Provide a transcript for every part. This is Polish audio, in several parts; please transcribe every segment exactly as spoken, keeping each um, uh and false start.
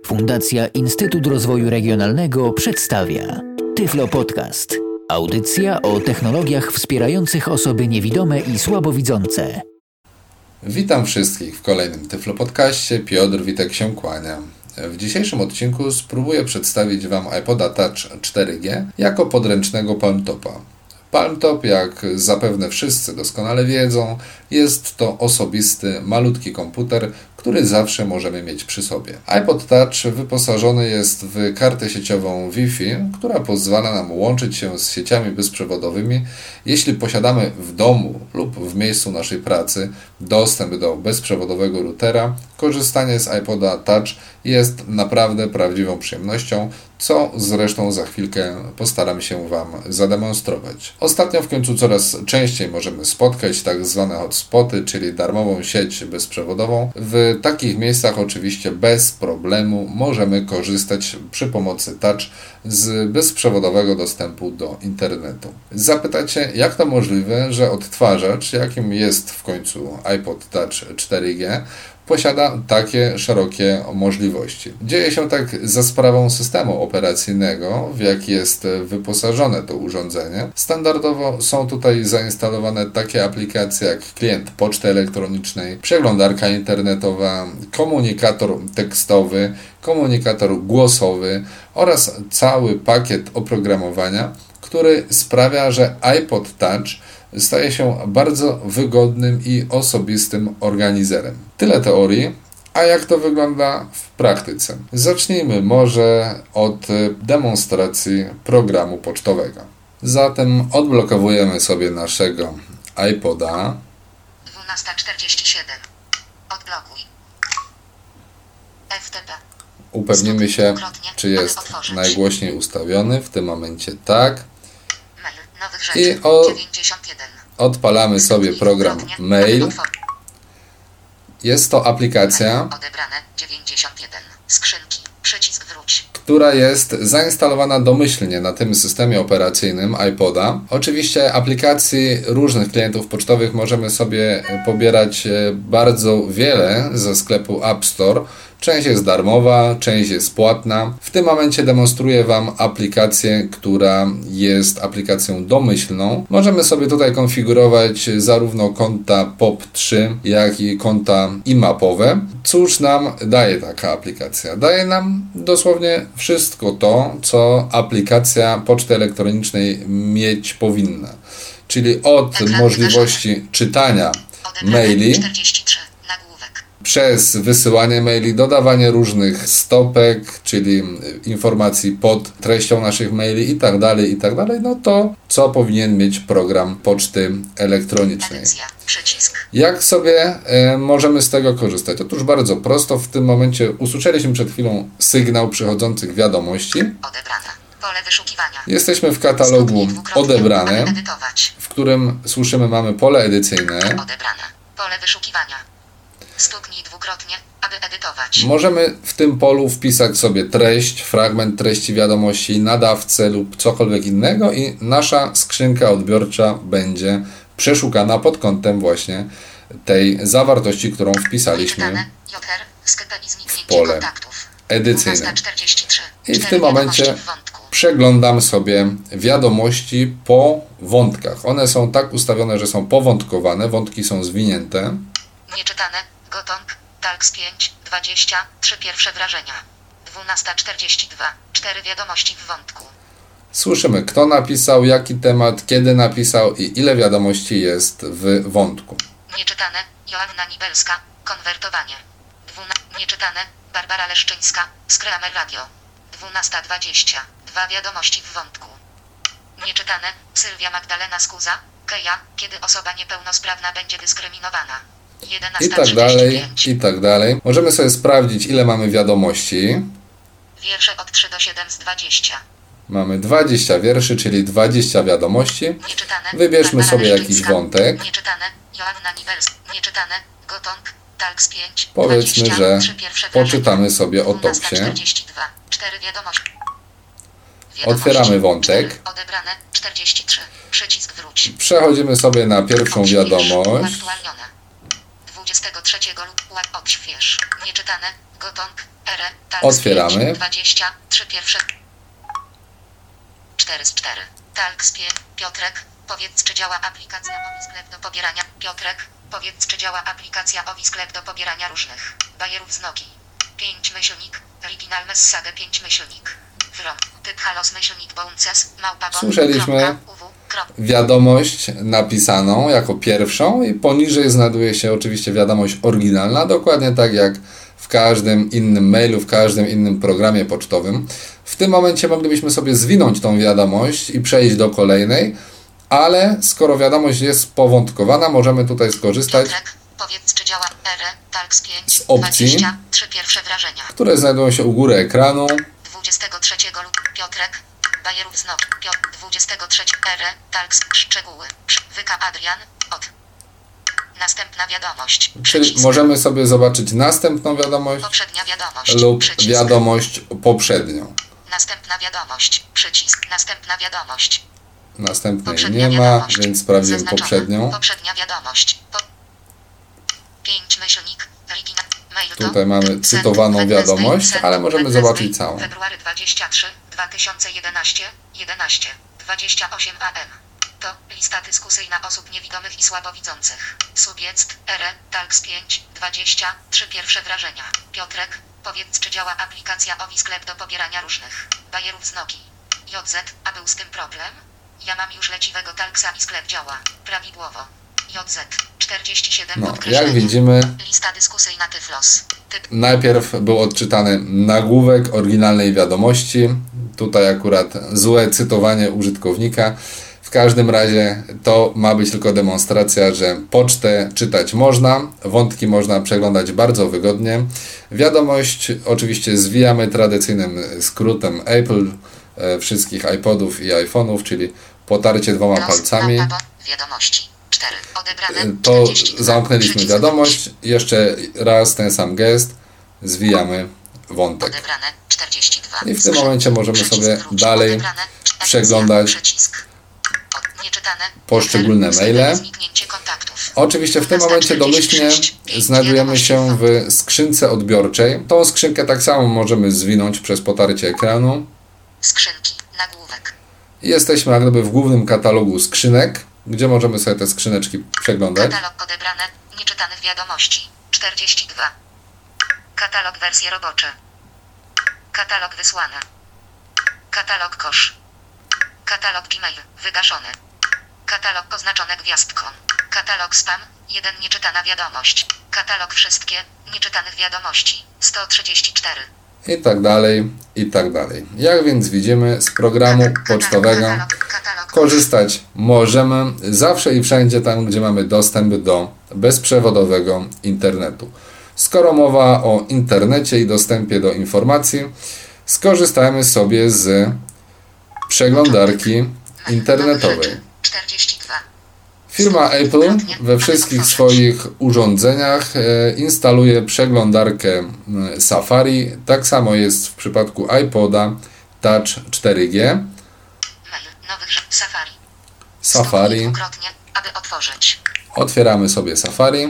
Fundacja Instytut Rozwoju Regionalnego przedstawia Tyflo Podcast. Audycja o technologiach wspierających osoby niewidome i słabowidzące. Witam wszystkich w kolejnym Tyflo Podcaście. Piotr Witek się kłania. W dzisiejszym odcinku spróbuję przedstawić Wam iPoda Touch cztery G jako podręcznego palmtopa. Palmtop, jak zapewne wszyscy doskonale wiedzą, jest to osobisty, malutki komputer, który zawsze możemy mieć przy sobie. iPod Touch wyposażony jest w kartę sieciową Wi-Fi, która pozwala nam łączyć się z sieciami bezprzewodowymi, jeśli posiadamy w domu lub w miejscu naszej pracy dostęp do bezprzewodowego routera. Korzystanie z iPoda Touch jest naprawdę prawdziwą przyjemnością, co zresztą za chwilkę postaram się Wam zademonstrować. Ostatnio w końcu coraz częściej możemy spotkać tak zwane hotspoty, czyli darmową sieć bezprzewodową. W takich miejscach oczywiście bez problemu możemy korzystać przy pomocy Touch z bezprzewodowego dostępu do internetu. Zapytacie, jak to możliwe, że odtwarzacz, jakim jest w końcu iPod Touch cztery G, posiada takie szerokie możliwości. Dzieje się tak za sprawą systemu operacyjnego, w jaki jest wyposażone to urządzenie. Standardowo są tutaj zainstalowane takie aplikacje jak klient poczty elektronicznej, przeglądarka internetowa, komunikator tekstowy, komunikator głosowy oraz cały pakiet oprogramowania, który sprawia, że iPod Touch staje się bardzo wygodnym i osobistym organizerem. Tyle teorii, a jak to wygląda w praktyce? Zacznijmy może od demonstracji programu pocztowego. Zatem odblokowujemy sobie naszego iPoda. dwunasta czterdzieści siedem. Odblokuj. F T P. Upewnimy się, czy jest najgłośniej ustawiony. W tym momencie tak. I o, odpalamy sobie program Mail. Jest to aplikacja, która jest zainstalowana domyślnie na tym systemie operacyjnym iPoda. Oczywiście aplikacji różnych klientów pocztowych możemy sobie pobierać bardzo wiele ze sklepu App Store. Część jest darmowa, część jest płatna. W tym momencie demonstruję Wam aplikację, która jest aplikacją domyślną. Możemy sobie tutaj konfigurować zarówno konta P O P trzy, jak i konta imapowe. Cóż nam daje taka aplikacja? Daje nam dosłownie wszystko to, co aplikacja poczty elektronicznej mieć powinna. Czyli od możliwości czytania maili, przez wysyłanie maili, dodawanie różnych stopek, czyli informacji pod treścią naszych maili i tak dalej, i tak dalej, no to co powinien mieć program poczty elektronicznej. Jak sobie y, możemy z tego korzystać? Otóż bardzo prosto, w tym momencie usłyszeliśmy przed chwilą sygnał przychodzących wiadomości. Odebrane. Pole wyszukiwania. Jesteśmy w katalogu odebrane, w którym słyszymy, mamy pole edycyjne. Odebrane. Pole wyszukiwania. Stuknij dwukrotnie, aby edytować. Możemy w tym polu wpisać sobie treść, fragment treści wiadomości, nadawcę lub cokolwiek innego i nasza skrzynka odbiorcza będzie przeszukana pod kątem właśnie tej zawartości, którą wpisaliśmy w pole edycyjne. I w tym momencie przeglądam sobie wiadomości po wątkach. One są tak ustawione, że są powątkowane, wątki są zwinięte. Nieczytane. Gotong, Talks pięć, dwadzieścia trzy pierwsze wrażenia. dwunasta czterdzieści dwa, cztery wiadomości w wątku. Słyszymy, kto napisał, jaki temat, kiedy napisał i ile wiadomości jest w wątku. Nieczytane. Joanna Nibelska, konwertowanie. Dwuna... Nieczytane. Barbara Leszczyńska, Skramer Radio. dwunasta dwadzieścia, dwa wiadomości w wątku. Nieczytane. Sylwia Magdalena Skuza, Keja, kiedy osoba niepełnosprawna będzie dyskryminowana. I tak dalej, i tak dalej. Możemy sobie sprawdzić, ile mamy wiadomości. Wiersze od trzy do siedem z dwudziestu. Mamy dwadzieścia wierszy, czyli dwadzieścia wiadomości. Nieczytane. Wybierzmy sobie jakiś wątek. Nieczytane. Joanna Nibelska. Nieczytane. Gotong. Talks pięć. Powiedzmy, że poczytamy sobie o Topsie. cztery wiadomości. Otwieramy wątek. Odebrane. czterdzieści trzy. Przycisk wróć. Przechodzimy sobie na pierwszą wiadomość. dwudziestego trzeciego lub odśwież. Nieczytane. Gotong, R, Talks Otwieramy. pięć, dwadzieścia trzy pierwsze. cztery z cztery. Talks pięć. Piotrek, powiedz czy działa aplikacja Owi sklep do pobierania. Piotrek, powiedz czy działa aplikacja Owi sklep do pobierania różnych bajerów z Nokii. pięć myślnik, original message pięć myślnik. From, typ halos myślnik bounces, małpa bon, Słyszeliśmy kropka, uwu, kropka. wiadomość napisaną jako pierwszą i poniżej znajduje się oczywiście wiadomość oryginalna, dokładnie tak jak w każdym innym mailu, w każdym innym programie pocztowym. W tym momencie moglibyśmy sobie zwinąć tą wiadomość i przejść do kolejnej, ale skoro wiadomość jest powątkowana, możemy tutaj skorzystać Piotrek, powiedz czy działa R, Talks pięć, z opcji, dwadzieścia trzy pierwsze wrażenia. które znajdują się u góry ekranu. dwudziestego trzeciego lutego. Piotrek, bajerów z Nokii. Piotr, dwudziestego trzeciego R, Talks, szczegóły. Wyka Adrian, od. Następna wiadomość. Czyli Przycisk. możemy sobie zobaczyć następną wiadomość Poprzednia wiadomość. lub Przycisk. wiadomość poprzednią. Następna wiadomość. Przycisk. Następna wiadomość. Następnej Poprzednia nie ma, wiadomość. więc sprawdzimy Zaznaczone. poprzednią. Poprzednia wiadomość. Po... pięć myślnik. Origina... Mail do... Tutaj mamy Send cytowaną Wednesday, wiadomość, send ale możemy Wednesday, zobaczyć całą. February dwudziestego trzeciego dwa tysiące jedenastego, jedenaście, dwadzieścia osiem A M. To lista dyskusyjna osób niewidomych i słabowidzących. Subjekt, R, Talks pięć, dwadzieścia trzy pierwsze wrażenia. Piotrek, powiedz czy działa aplikacja Owi sklep do pobierania różnych bajerów z Nokii. J Z, a był z tym problem? Ja mam już leciwego Talksa i sklep działa prawidłowo. J Z, czterdzieści siedem No, podkreślenie. jak widzimy, Lista dyskusyjna Tyflos. Typ najpierw był odczytany nagłówek oryginalnej wiadomości. Tutaj akurat złe cytowanie użytkownika. W każdym razie to ma być tylko demonstracja, że pocztę czytać można, wątki można przeglądać bardzo wygodnie. Wiadomość oczywiście zwijamy tradycyjnym skrótem Apple e, wszystkich iPodów i iPhone'ów, czyli potarcie dwoma Los, palcami. mapa, wiadomości. cztery. Odebrane. To czterdzieści dwa. zamknęliśmy Przycisk. wiadomość. Jeszcze raz ten sam gest. Zwijamy wątek. Odebrane. czterdzieści dwa. I w tym momencie możemy Przycisk sobie wróć. dalej Odebrane. Edycja. przeglądać Przycisk. Od- Nieczitane. poszczególne Efer. maile. Zniknięcie kontaktów. Oczywiście w tym momencie domyślnie znajdujemy się w skrzynce odbiorczej. Tą skrzynkę tak samo możemy zwinąć przez potarcie ekranu. Skrzynki. Nagłówek. I jesteśmy jak gdyby w głównym katalogu skrzynek, gdzie możemy sobie te skrzyneczki przeglądać. Katalog odebrane. Nieczytanych wiadomości. czterdzieści dwa. Katalog wersje robocze. Katalog wysłane. Katalog kosz. Katalog Gmail. Wygaszony. Katalog oznaczony gwiazdką. Katalog spam. jeden Nieczytana wiadomość. Katalog wszystkie. Nieczytanych wiadomości. sto trzydzieści cztery. I tak dalej, i tak dalej. Jak więc widzimy, z programu pocztowego korzystać możemy zawsze i wszędzie tam, gdzie mamy dostęp do bezprzewodowego internetu. Skoro mowa o internecie i dostępie do informacji, skorzystajmy sobie z przeglądarki internetowej. czterdzieści dwa. Firma Apple we wszystkich swoich urządzeniach e, instaluje przeglądarkę m, Safari. Tak samo jest w przypadku iPoda Touch cztery G. Mail. Nowych rzeczy. Safari. Safari. Dwukrotnie, aby otworzyć. Otwieramy sobie Safari.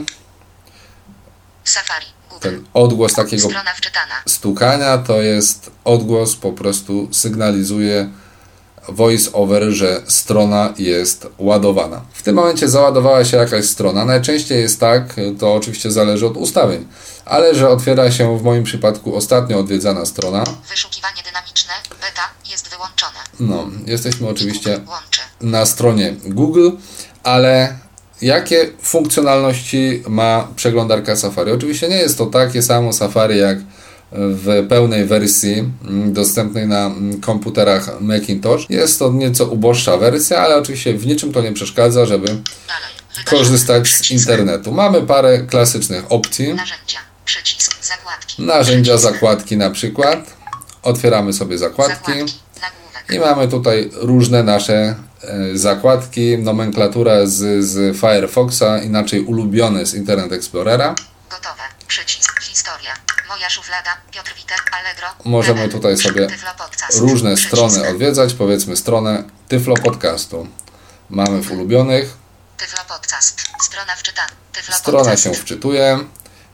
Safari. Google. Ten odgłos takiego Strona wczytana. stukania to jest odgłos, po prostu sygnalizuje voice over, że strona jest ładowana. W tym momencie załadowała się jakaś strona. Najczęściej jest tak, to oczywiście zależy od ustawień, ale że otwiera się w moim przypadku ostatnio odwiedzana strona. Wyszukiwanie dynamiczne. Beta jest wyłączone. No, jesteśmy oczywiście Łączy. na stronie Google, ale jakie funkcjonalności ma przeglądarka Safari? Oczywiście nie jest to takie samo Safari jak w pełnej wersji dostępnej na komputerach Macintosh. Jest to nieco uboższa wersja, ale oczywiście w niczym to nie przeszkadza, żeby Dalej. Wygaszony. korzystać z Przycisk. internetu. Mamy parę klasycznych opcji. Narzędzia. Przycisk. Zakładki. Narzędzia, Przycisk. zakładki na przykład. Otwieramy sobie zakładki. Zakładki. Nagłówek. I mamy tutaj różne nasze e, zakładki, nomenklatura z, z Firefoxa, inaczej ulubione z Internet Explorera. Gotowe. Przycisk. Historia. Moja szuflada. Piotr Witek. Allegro. Możemy Ever. tutaj sobie Tyflo Podcast. różne Przycisk. strony odwiedzać, powiedzmy stronę Tyflo Podcastu. Mamy w ulubionych, Tyflo Podcast. Strona wczytana. Tyflo strona Podcast. się wczytuje,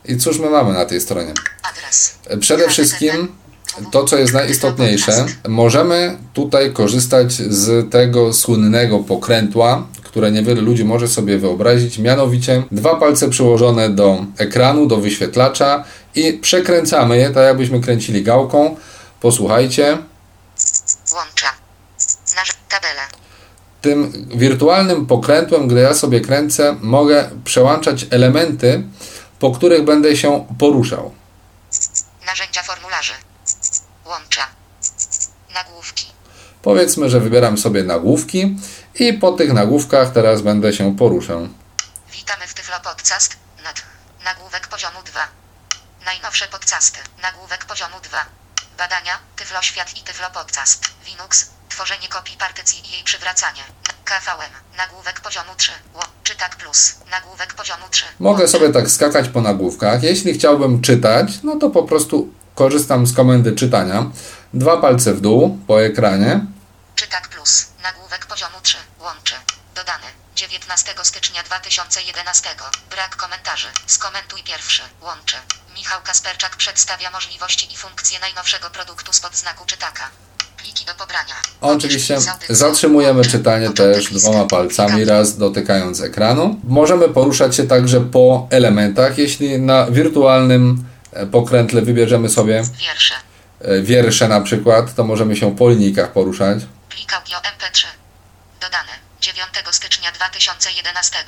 I cóż my mamy na tej stronie? Adres. Przede wszystkim to, co jest najistotniejsze, możemy tutaj korzystać z tego słynnego pokrętła, które niewiele ludzi może sobie wyobrazić, mianowicie dwa palce przyłożone do ekranu, do wyświetlacza i przekręcamy je, tak jakbyśmy kręcili gałką. Posłuchajcie. Łącza. Nasz tabelę. Tym wirtualnym pokrętłem, gdy ja sobie kręcę, mogę przełączać elementy, po których będę się poruszał. Narzędzia formularzy. Łącza. Nagłówki. Powiedzmy, że wybieram sobie nagłówki i po tych nagłówkach teraz będę się poruszał. Witamy w Tyflo Podcast. Nad. Nagłówek poziomu dwa. Najnowsze podcasty. Nagłówek poziomu dwa. Badania. Tyflo Świat i Tyflo Podcast. Linux. Tworzenie kopii partycji i jej przywracanie. K V M. Nagłówek poziomu trzy. Ło. Czytak plus. Nagłówek poziomu trzy. Mogę sobie tak skakać po nagłówkach. Jeśli chciałbym czytać, no to po prostu korzystam z komendy czytania. Dwa palce w dół po ekranie. Czytak plus. Nagłówek poziomu trzy. Łączy. Dodany. dziewiętnastego stycznia dwa tysiące jedenastego. Brak komentarzy. Skomentuj pierwszy. Łączy. Michał Kasperczak przedstawia możliwości i funkcje najnowszego produktu spod znaku czytaka. Pliki do pobrania. Oczywiście zatrzymujemy czytanie też dwoma palcami, raz dotykając ekranu. Możemy poruszać się także po elementach. Jeśli na wirtualnym pokrętle wybierzemy sobie Wiersze. wiersze na przykład, to możemy się po linijkach poruszać. Plik audio M P trzy. Dodane. dziewiątego stycznia dwa tysiące jedenastego.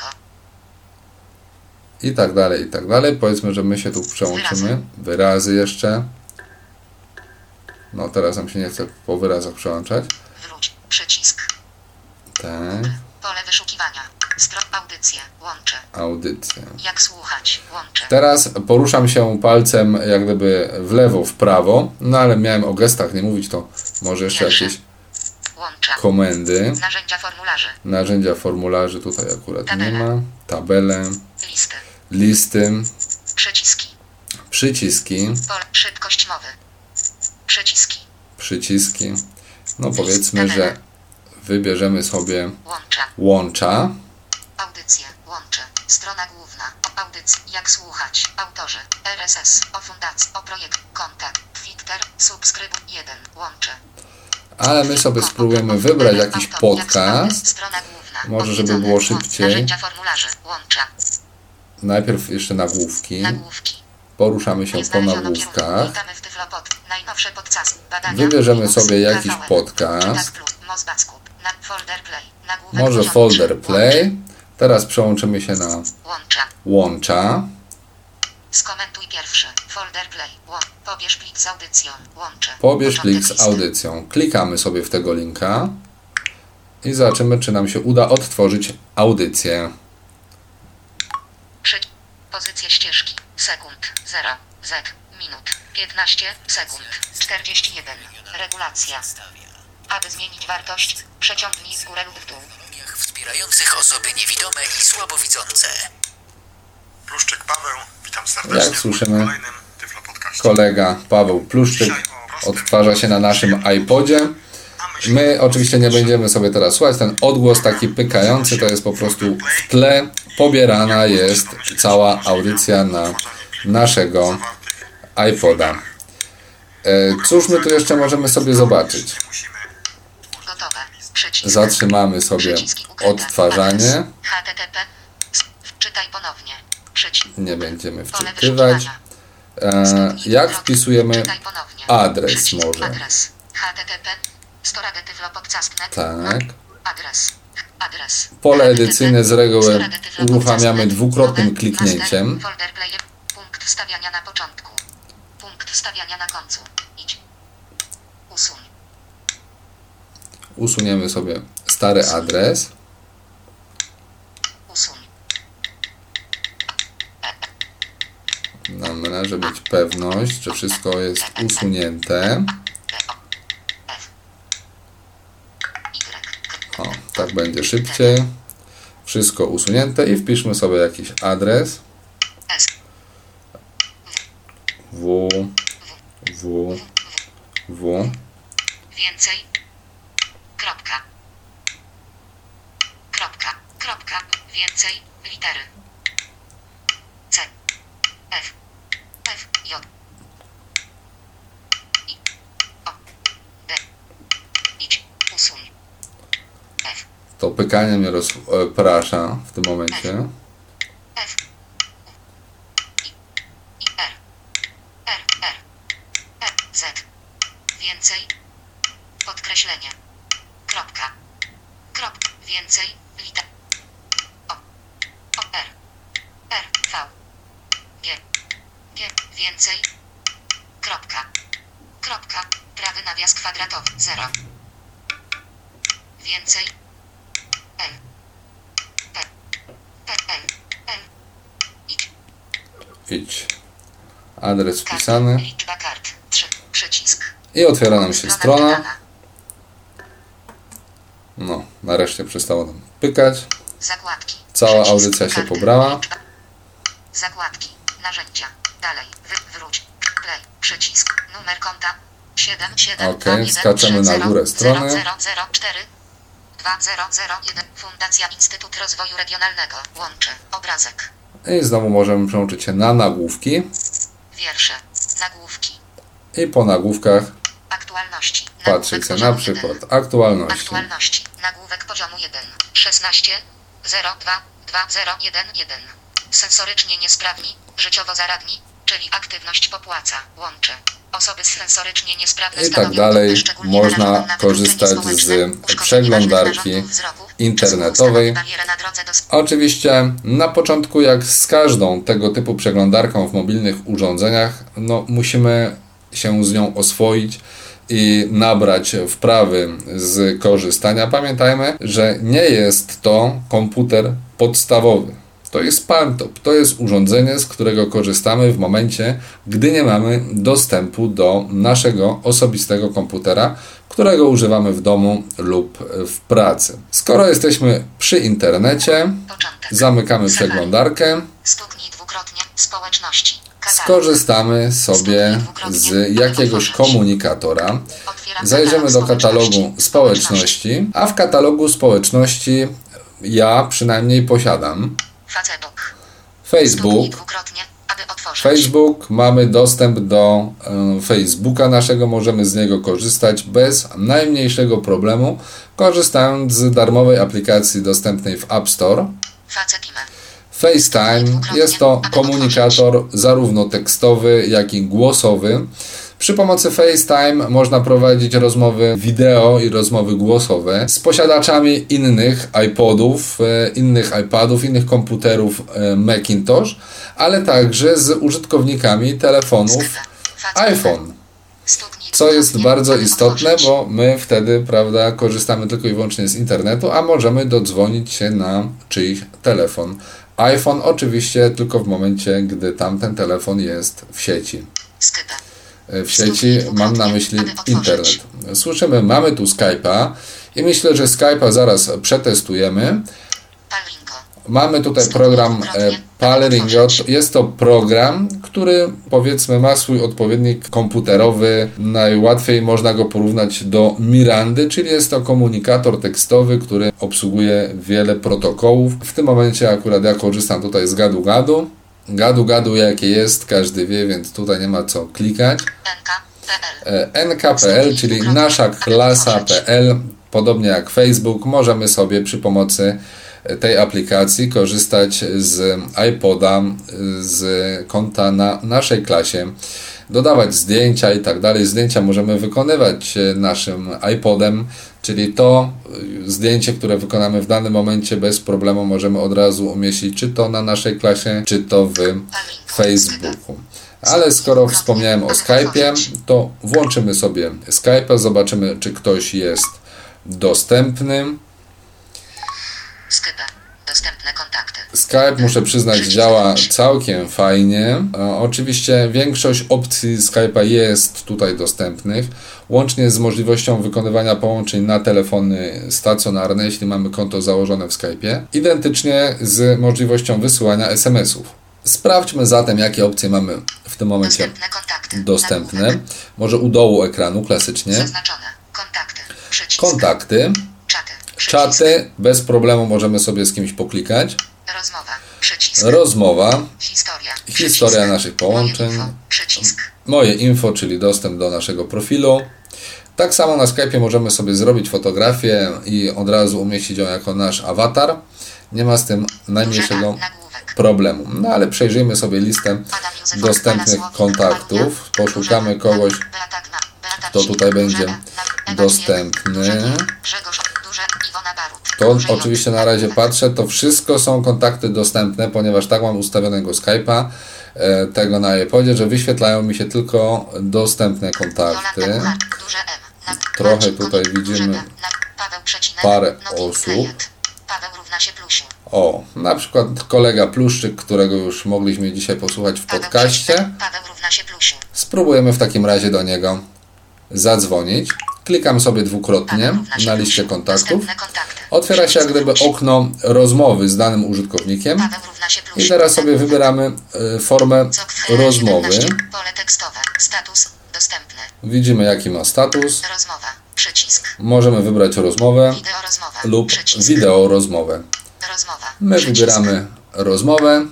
I tak dalej, i tak dalej. Powiedzmy, że my się tu przełączymy. Wyrazy jeszcze. No teraz nam się nie chce po wyrazach przełączać. Wróć. Przycisk. Tak. Pole wyszukiwania. Stron audycje. Łącze. Audycja. Jak słuchać. Łącze. Teraz poruszam się palcem jak gdyby w lewo, w prawo. No ale miałem o gestach nie mówić, to może jeszcze Wiersze. jakieś Łącze. komendy. Narzędzia formularzy. Narzędzia formularzy tutaj akurat nie Tabele. ma. Tabele. Listy. Listy. Przyciski. Przyciski. Pole. Szybkość mowy. Przyciski. Przyciski. No powiedzmy, że wybierzemy sobie Łącza. łącza. Audycje. Łącze. Strona główna. Audycje. Jak słuchać. Autorzy. R S S. O fundacji. O projekt. Kontakt. Twitter. Subskrybuj. jeden. Łącze. Ale my sobie spróbujemy wybrać jakiś podcast. Strona główna. Może, żeby było szybciej. Narzędzia formularzy. Łącza. Najpierw jeszcze nagłówki. Nagłówki. Poruszamy się Nie po znaleziono nagłówkach. kierunku. Witamy w Tyflopod. Najnowsze podcasty. Badania. Wybierzemy Linux, sobie jakiś K V M. podcast. Czytak plus. Mozbackup. Na folder play. Nagłówek Może poziomu folder trzy. play. Teraz przełączymy się na Łącza. łącza. Skomentuj pierwszy. Folder play. Łą. Pobierz plik z audycją. Łącze. Pobierz Początek plik z listy. audycją. Klikamy sobie w tego linka i zobaczymy, czy nam się uda odtworzyć audycję. Przy... Pozycje ścieżki. Sekund. zero. Zek. Minut. piętnaście sekund. czterdzieści jeden. Regulacja. Aby zmienić wartość, przeciągnij w górę lub w dół. Wspierających osoby niewidome i słabowidzące. Pluszczyk Paweł, witam serdecznie Jak słyszymy, w kolejnym Tyflo Podcaście. kolega Paweł Pluszczyk odtwarza się na naszym iPodzie. My oczywiście nie będziemy sobie teraz słuchać. Ten odgłos taki pykający to jest po prostu w tle. Pobierana jest cała audycja na naszego iPoda. E, Cóż my tu jeszcze możemy sobie zobaczyć? Gotowe. Przycisk. Zatrzymamy sobie Przyciski ukryte. odtwarzanie. Adres. H T T P. Czytaj ponownie. Przycisk. Nie będziemy Pole wczytywać. wyszukiwania. E, Stopnij jak wzrok. wpisujemy Czytaj ponownie. adres Przycisk. może? Adres. H T T P. Storage Tyflo Podcast net. Tak. Adres. Adres. Pole H T T P. edycyjne z reguły Storage Tyflo uruchamiamy Podcast net. dwukrotnym Nowe. kliknięciem. Master. Folder player. Punkt wstawiania na początku. Punkt wstawiania na końcu. Idź. Usuń. Usuniemy sobie stary adres. Usuń. Nam należy mieć pewność, że wszystko jest usunięte. F. Y. O, tak będzie szybciej. Wszystko usunięte i wpiszmy sobie jakiś adres. S. W, W, W. Więcej. Kropka. Kropka. Kropka. Więcej. Litery. C. F. To pykanie mnie rozprasza w tym momencie. F. I. R. R. R. R. Z. Więcej. Podkreślenie. Kropka. Kropka. Więcej. Liter. O. O. R. R. V. G. G. Więcej. Kropka. Kropka. Prawy nawias kwadratowy. zero. Więcej. L. P. P. L. L. Idź. Idź. Adres Karty. wpisany. Liczba kart. trzy. Przycisk. I otwiera nam się strona. czytana. No, nareszcie przestało nam pykać. Zakładki. Cała Przycisk. audycja się Karty. pobrała. Liczba. Zakładki. Narzędzia. Dalej. Wy, wróć. Play. Przycisk. Numer konta. siedem siedem Ok, dwa jeden skaczemy trzy na zero górę strony. zero zero cztery dwa zero zero jeden. Fundacja Instytut Rozwoju Regionalnego. Łączy. Obrazek. I znowu możemy przełączyć się na nagłówki. Wiersze. Nagłówki. I po nagłówkach Aktualności. patrzeć Nagłówek się na poziomu przykład jeden. aktualności. Aktualności. Nagłówek poziomu jeden. szesnaście zero dwa dwa zero jeden jeden. Sensorycznie niesprawni, życiowo zaradni, czyli aktywność popłaca. Łączy. Osoby sensorycznie niesprawne I tak stanowią dalej. grupę szczególnie Można narażoną na korzystać wykluczenie społeczne, z uszkodzenie przeglądarki ważnych narządów wzroku, internetowej. czasem barierę na drodze do Oczywiście na początku, jak z każdą tego typu przeglądarką w mobilnych urządzeniach, no musimy się z nią oswoić i nabrać wprawy z korzystania. Pamiętajmy, że nie jest to komputer podstawowy. To jest palmtop, to jest urządzenie, z którego korzystamy w momencie, gdy nie mamy dostępu do naszego osobistego komputera, którego używamy w domu lub w pracy. Skoro jesteśmy przy internecie, początek. zamykamy Safari. przeglądarkę, Stuknij dwukrotnie. Społeczności. Katalog. skorzystamy sobie z jakiegoś komunikatora, Otwieram zajrzymy do katalog katalogu społeczności, a w katalogu społeczności ja przynajmniej posiadam Facebook. Facebook. Stuknij dwukrotnie, aby otworzyć. Facebook, mamy dostęp do e, Facebooka naszego, możemy z niego korzystać bez najmniejszego problemu, korzystając z darmowej aplikacji dostępnej w App Store. Facetime. FaceTime jest to komunikator zarówno tekstowy, jak i głosowy. Przy pomocy FaceTime można prowadzić rozmowy wideo i rozmowy głosowe z posiadaczami innych iPodów, innych iPadów, innych komputerów Macintosh, ale także z użytkownikami telefonów iPhone. Stuknij Co jest dwukrotnie, bardzo aby istotne, otworzyć. bo my wtedy, prawda, korzystamy tylko i wyłącznie z internetu, a możemy dodzwonić się na czyjś telefon. iPhone oczywiście tylko w momencie, gdy tamten telefon jest w sieci. Skype. W sieci mam na myśli internet. Słyszymy, mamy tu Skype'a i myślę, że Skype'a zaraz przetestujemy. Palringo. Mamy tutaj program e, Palringo. Jest to program, który powiedzmy ma swój odpowiednik komputerowy. Najłatwiej można go porównać do Mirandy, czyli jest to komunikator tekstowy, który obsługuje wiele protokołów. W tym momencie akurat ja korzystam tutaj z gadu-gadu. Gadu-gadu jakie jest, każdy wie, więc tutaj nie ma co klikać. N K kropka P L, czyli nasza klasa kropka P L, podobnie jak Facebook, możemy sobie przy pomocy tej aplikacji korzystać z iPoda, z konta na naszej klasie, dodawać zdjęcia i tak dalej. Zdjęcia możemy wykonywać naszym iPodem, czyli to zdjęcie, które wykonamy w danym momencie bez problemu możemy od razu umieścić, czy to na naszej klasie, czy to w Facebooku. Ale skoro wspomniałem o Skype'ie, to włączymy sobie Skype'a, zobaczymy, czy ktoś jest dostępny. Skype. Dostępne kontakty. Skype, muszę przyznać, działa całkiem fajnie. E, oczywiście większość opcji Skype'a jest tutaj dostępnych, łącznie z możliwością wykonywania połączeń na telefony stacjonarne, jeśli mamy konto założone w Skype'ie, identycznie z możliwością wysyłania es em esów. Sprawdźmy zatem, jakie opcje mamy w tym momencie Dostępne kontakty. dostępne. Nagłówek. Może u dołu ekranu klasycznie. Zaznaczone. Kontakty. Przycisk. Kontakty. Czaty. Przycisk. Czaty, bez problemu możemy sobie z kimś poklikać. Rozmowa. Przycisk. Rozmowa. Historia. Historia Przycisk. naszych połączeń. Moje info. Przycisk. Moje info, czyli dostęp do naszego profilu. Tak samo na Skype'ie możemy sobie zrobić fotografię i od razu umieścić ją jako nasz awatar. Nie ma z tym najmniejszego problemu. No ale przejrzyjmy sobie listę dostępnych kontaktów. Poszukamy kogoś, kto tutaj będzie dostępny. To oczywiście na razie patrzę, to wszystko są kontakty dostępne, ponieważ tak mam ustawionego Skype'a, e, tego na iPodzie, że wyświetlają mi się tylko dostępne kontakty. Trochę tutaj widzimy parę osób. O, na przykład kolega Pluszczyk, którego już mogliśmy dzisiaj posłuchać w podcaście. Spróbujemy w takim razie do niego zadzwonić. Klikam sobie dwukrotnie na liście kontaktów. Otwiera się jak gdyby okno rozmowy z danym użytkownikiem. I teraz sobie wybieramy formę rozmowy. Widzimy, jaki ma status. Możemy wybrać rozmowę lub wideo rozmowę. My wybieramy rozmowę.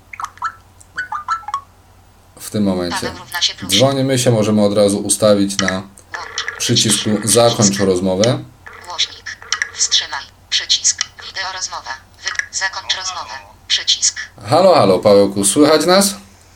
W tym momencie dzwonimy się, możemy od razu ustawić na przycisku zakończ rozmowę. Głośnik. Wstrzymaj. Przycisk. Wideo rozmowa. Wy... Zakończ rozmowę. Przycisk. Halo, halo, Pawełku, słychać nas?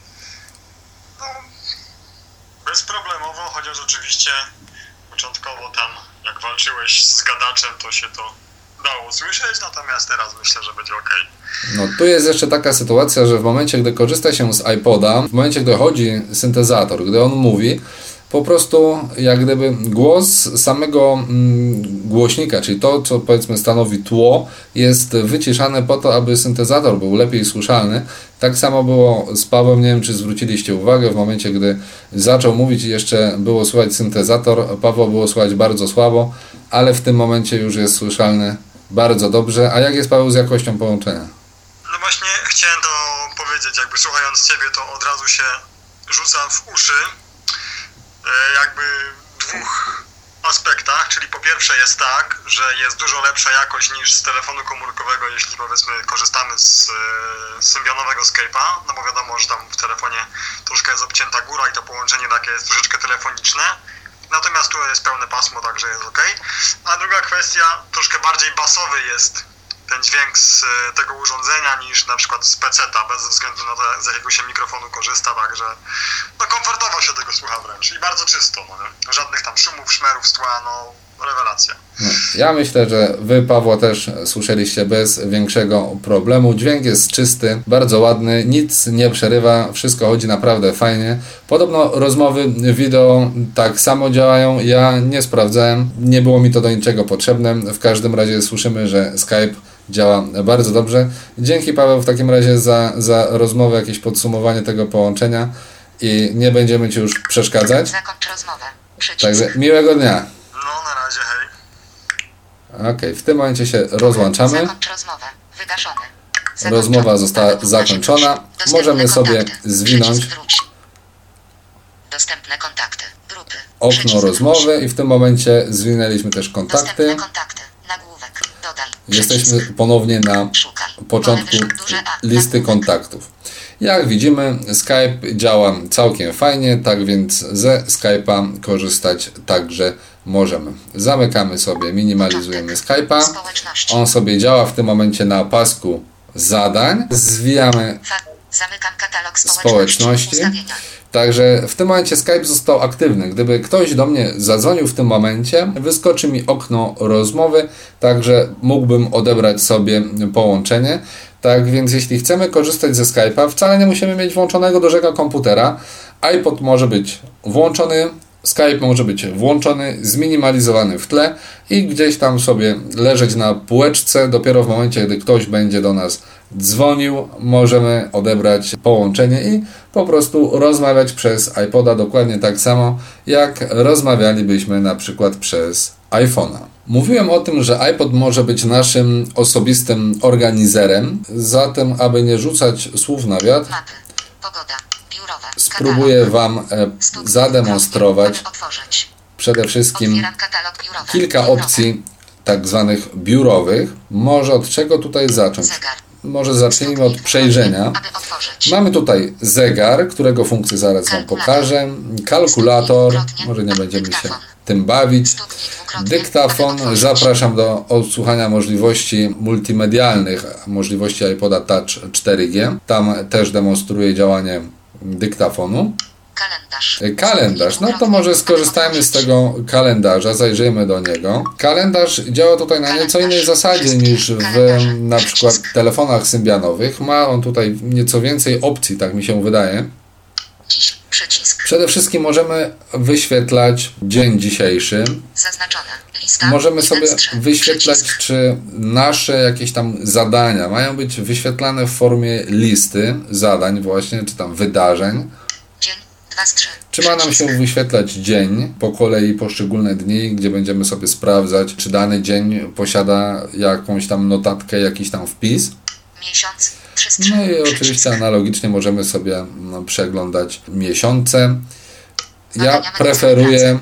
No, bezproblemowo, chociaż oczywiście początkowo tam, jak walczyłeś z gadaczem, to się to dało słyszeć, natomiast teraz myślę, że będzie ok. No tu jest jeszcze taka sytuacja, że w momencie, gdy korzysta się z iPoda, w momencie, gdy chodzi syntezator, gdy on mówi, po prostu jak gdyby głos samego mm, głośnika, czyli to, co powiedzmy stanowi tło, jest wyciszane po to, aby syntezator był lepiej słyszalny. Tak samo było z Pawłem, nie wiem, czy zwróciliście uwagę, w momencie, gdy zaczął mówić i jeszcze było słychać syntezator, Pawła było słychać bardzo słabo, ale w tym momencie już jest słyszalny bardzo dobrze. A jak jest, Paweł, z jakością połączenia? No właśnie chciałem to powiedzieć, jakby słuchając Ciebie, to od razu się rzuca w uszy jakby dwóch aspektach, czyli po pierwsze jest tak, że jest dużo lepsza jakość niż z telefonu komórkowego, jeśli powiedzmy korzystamy z symbionowego Skype'a, no bo wiadomo, że tam w telefonie troszkę jest obcięta góra i to połączenie takie jest troszeczkę telefoniczne, natomiast tu jest pełne pasmo, także jest ok. A druga kwestia, troszkę bardziej basowy jest ten dźwięk z tego urządzenia niż na przykład z peceta, bez względu na to, z jakiego się mikrofonu korzysta, także no komfortowo się tego słucha wręcz i bardzo czysto, no, żadnych tam szumów, szmerów z tła, no rewelacja. Ja myślę, że Wy, Pawła, też słyszeliście bez większego problemu. Dźwięk jest czysty, bardzo ładny, nic nie przerywa, wszystko chodzi naprawdę fajnie. Podobno rozmowy wideo tak samo działają, ja nie sprawdzałem, nie było mi to do niczego potrzebne. W każdym razie słyszymy, że Skype działa bardzo dobrze. Dzięki, Paweł, w takim razie za, za rozmowę, jakieś podsumowanie tego połączenia i nie będziemy Ci już przeszkadzać. Zakończ rozmowę. Przycisk. Także miłego dnia. No, na razie, hej. Okej, okay, w tym momencie się rozłączamy. Zakończ rozmowę. Wygaszony. Rozmowa została zakończona. Możemy sobie zwinąć dostępne kontakty, grupy, okno rozmowy i w tym momencie zwinęliśmy też kontakty. Dostępne kontakty, nagłówek, dodaj, jesteśmy ponownie na początku listy kontaktów. Jak widzimy, Skype działa całkiem fajnie, tak więc ze Skype'a korzystać także możemy. Zamykamy sobie, minimalizujemy Skype'a. On sobie działa w tym momencie na pasku zadań. Zwijamy Zamykam katalog społeczności. Także w tym momencie Skype został aktywny. Gdyby ktoś do mnie zadzwonił w tym momencie, wyskoczy mi okno rozmowy, także mógłbym odebrać sobie połączenie. Tak więc jeśli chcemy korzystać ze Skype'a, wcale nie musimy mieć włączonego dużego komputera. iPod może być włączony, Skype może być włączony, zminimalizowany w tle i gdzieś tam sobie leżeć na półeczce. Dopiero w momencie, gdy ktoś będzie do nas dzwonił, możemy odebrać połączenie i po prostu rozmawiać przez iPoda dokładnie tak samo, jak rozmawialibyśmy na przykład przez iPhone'a. Mówiłem o tym, że iPod może być naszym osobistym organizerem, zatem aby nie rzucać słów na wiatr, mapy, pogoda, biurowe, spróbuję Wam e, zademonstrować przede wszystkim kilka opcji tak zwanych biurowych. Może od czego tutaj zacząć? może zacznijmy od przejrzenia. Mamy tutaj zegar, którego funkcję zaraz Wam pokażę, kalkulator, może nie będziemy się tym bawić, dyktafon, zapraszam do odsłuchania możliwości multimedialnych, możliwości iPoda Touch cztery G, tam też demonstruję działanie dyktafonu. Kalendarz. Kalendarz, no to może skorzystajmy z tego kalendarza, zajrzyjmy do niego. Kalendarz działa tutaj na nieco innej zasadzie niż w na przykład telefonach symbianowych. Ma on tutaj nieco więcej opcji, tak mi się wydaje. Przede wszystkim możemy wyświetlać dzień dzisiejszy. Możemy sobie wyświetlać, czy nasze jakieś tam zadania mają być wyświetlane w formie listy zadań właśnie, czy tam wydarzeń. Czy ma nam się wyświetlać dzień, po kolei poszczególne dni, gdzie będziemy sobie sprawdzać, czy dany dzień posiada jakąś tam notatkę, jakiś tam wpis. Miesiąc, no i oczywiście analogicznie możemy sobie no, przeglądać miesiące. Ja preferuję